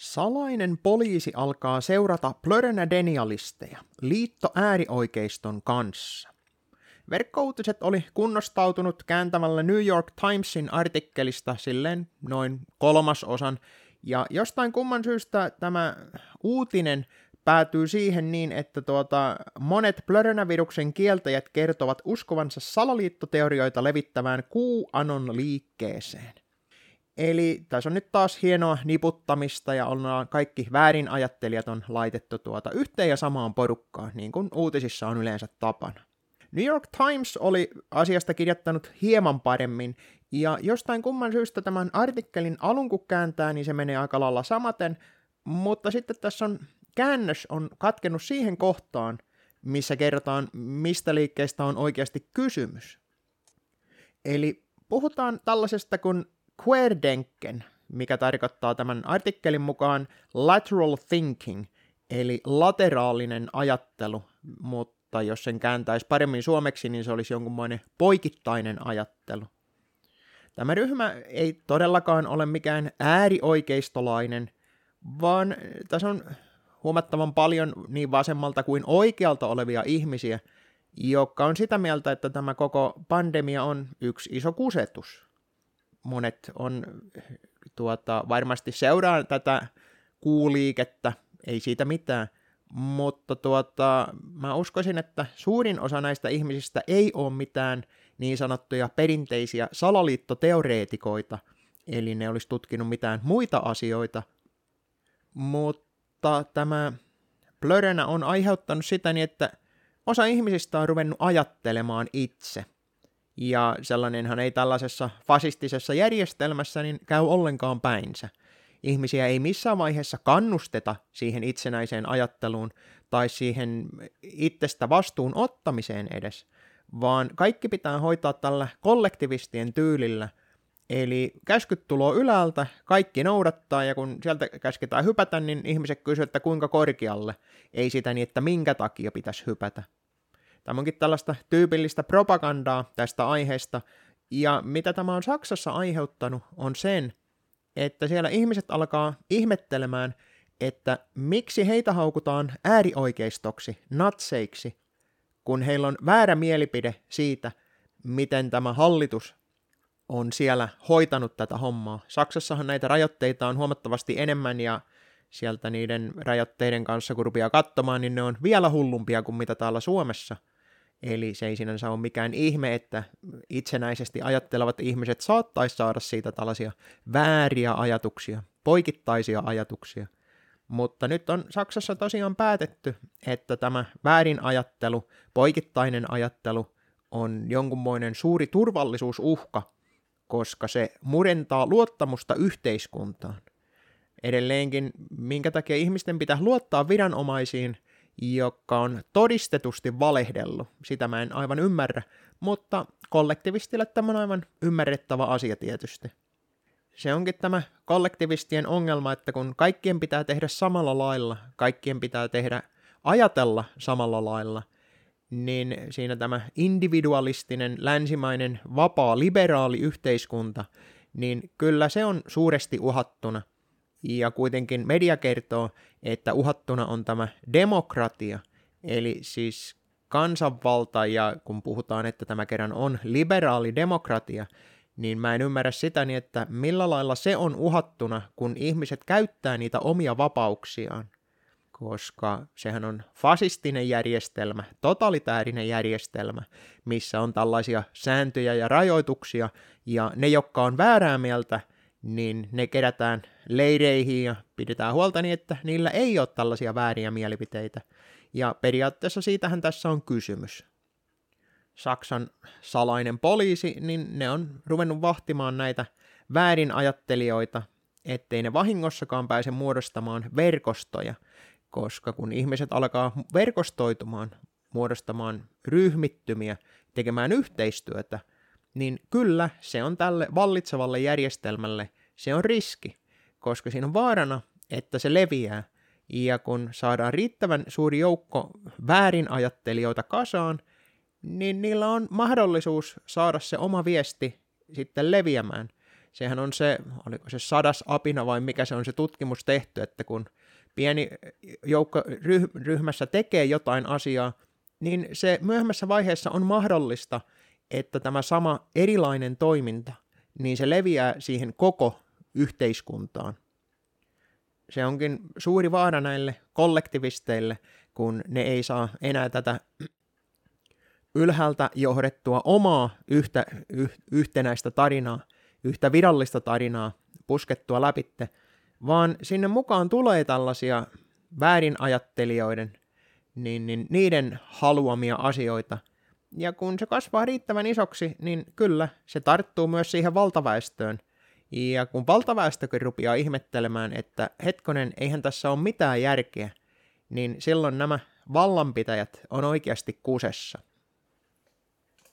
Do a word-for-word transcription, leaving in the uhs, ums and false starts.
Salainen poliisi alkaa seurata plörenä-denialisteja, liitto äärioikeiston kanssa. Verkkouutiset oli kunnostautunut kääntämällä New York Timesin artikkelista silleen noin kolmasosan, ja jostain kumman syystä tämä uutinen päätyy siihen niin, että tuota, monet plörenäviruksen kieltäjät kertovat uskovansa salaliittoteorioita levittävään QAnon liikkeeseen. Eli tässä on nyt taas hienoa niputtamista ja ollaan kaikki väärinajattelijat on laitettu tuota yhteen ja samaan porukkaan, niin kuin uutisissa on yleensä tapana. New York Times oli asiasta kirjoittanut hieman paremmin, ja jostain kumman syystä tämän artikkelin alun kun kääntää, niin se menee aika lailla samaten, mutta sitten tässä on käännös on katkennut siihen kohtaan, missä kerrotaan, mistä liikkeestä on oikeasti kysymys. Eli puhutaan tällaisesta kuin Querdenken, mikä tarkoittaa tämän artikkelin mukaan lateral thinking, eli lateraalinen ajattelu, mutta jos sen kääntäisi paremmin suomeksi, niin se olisi jonkunmoinen poikittainen ajattelu. Tämä ryhmä ei todellakaan ole mikään äärioikeistolainen, vaan tässä on huomattavan paljon niin vasemmalta kuin oikealta olevia ihmisiä, jotka on sitä mieltä, että tämä koko pandemia on yksi iso kusetus. Monet on tuota, varmasti seuraa tätä kuuliikettä, ei siitä mitään, mutta tuota, mä uskoisin, että suurin osa näistä ihmisistä ei ole mitään niin sanottuja perinteisiä salaliittoteoreetikoita, eli ne olisi tutkinut mitään muita asioita, mutta tämä plörönä on aiheuttanut sitä niin, että osa ihmisistä on ruvennut ajattelemaan itse. Ja sellainenhan ei tällaisessa fasistisessa järjestelmässä niin käy ollenkaan päinsä. Ihmisiä ei missään vaiheessa kannusteta siihen itsenäiseen ajatteluun tai siihen itsestä vastuun ottamiseen edes, vaan kaikki pitää hoitaa tällä kollektivistien tyylillä. Eli käskyt tuloo ylältä, kaikki noudattaa, ja kun sieltä käsketään hypätä, niin ihmiset kysyvät, että kuinka korkealle, ei sitä niin, että minkä takia pitäisi hypätä. Tämä onkin tällaista tyypillistä propagandaa tästä aiheesta, ja mitä tämä on Saksassa aiheuttanut, on sen, että siellä ihmiset alkaa ihmettelemään, että miksi heitä haukutaan äärioikeistoksi, natseiksi, kun heillä on väärä mielipide siitä, miten tämä hallitus on siellä hoitanut tätä hommaa. Saksassahan näitä rajoitteita on huomattavasti enemmän, ja sieltä niiden rajoitteiden kanssa, kun rupeaa katsomaan, niin ne on vielä hullumpia kuin mitä täällä Suomessa. Eli se ei sinänsä ole mikään ihme, että itsenäisesti ajattelevat ihmiset saattaisi saada siitä tällaisia vääriä ajatuksia, poikittaisia ajatuksia. Mutta nyt on Saksassa tosiaan päätetty, että tämä väärin ajattelu, poikittainen ajattelu on jonkunmoinen suuri turvallisuusuhka, koska se murentaa luottamusta yhteiskuntaan. Edelleenkin, minkä takia ihmisten pitää luottaa viranomaisiin, joka on todistetusti valehdellut. Sitä mä en aivan ymmärrä, mutta kollektivistille tämä on aivan ymmärrettävä asia tietysti. Se onkin tämä kollektivistien ongelma, että kun kaikkien pitää tehdä samalla lailla, kaikkien pitää tehdä ajatella samalla lailla, niin siinä tämä individualistinen, länsimainen, vapaa, liberaali yhteiskunta, niin kyllä se on suuresti uhattuna. Ja kuitenkin media kertoo, että uhattuna on tämä demokratia, eli siis kansanvalta, ja kun puhutaan, että tämä kerran on liberaali demokratia, niin mä en ymmärrä sitä niin, että millä lailla se on uhattuna, kun ihmiset käyttää niitä omia vapauksiaan, koska sehän on fasistinen järjestelmä, totalitäärinen järjestelmä, missä on tällaisia sääntöjä ja rajoituksia, ja ne, jotka on väärää mieltä, niin ne kerätään leireihin ja pidetään huolta niin, että niillä ei ole tällaisia vääriä mielipiteitä. Ja periaatteessa siitähän tässä on kysymys. Saksan salainen poliisi, niin ne on ruvennut vahtimaan näitä väärinajattelijoita, ettei ne vahingossakaan pääse muodostamaan verkostoja, koska kun ihmiset alkaa verkostoitumaan, muodostamaan ryhmittymiä, tekemään yhteistyötä, niin kyllä se on tälle vallitsevalle järjestelmälle, se on riski, koska siinä on vaarana, että se leviää, ja kun saadaan riittävän suuri joukko väärinajattelijoita kasaan, niin niillä on mahdollisuus saada se oma viesti sitten leviämään. sehän on se, oliko se sadas apina vai mikä se on se tutkimus tehty, että kun pieni joukko ryhmässä tekee jotain asiaa, niin se myöhemmässä vaiheessa on mahdollista, että tämä sama erilainen toiminta, niin se leviää siihen koko yhteiskuntaan. Se onkin suuri vaara näille kollektivisteille, kun ne ei saa enää tätä ylhäältä johdettua omaa yhtä, yh, yhtenäistä tarinaa, yhtä virallista tarinaa puskettua läpitte, vaan sinne mukaan tulee tällaisia väärinajattelijoiden, niin, niin niiden haluamia asioita. Ja kun se kasvaa riittävän isoksi, niin kyllä se tarttuu myös siihen valtaväestöön. Ja kun valtaväestökin rupeaa ihmettelemään, että hetkonen, eihän tässä ole mitään järkeä, niin silloin nämä vallanpitäjät on oikeasti kusessa.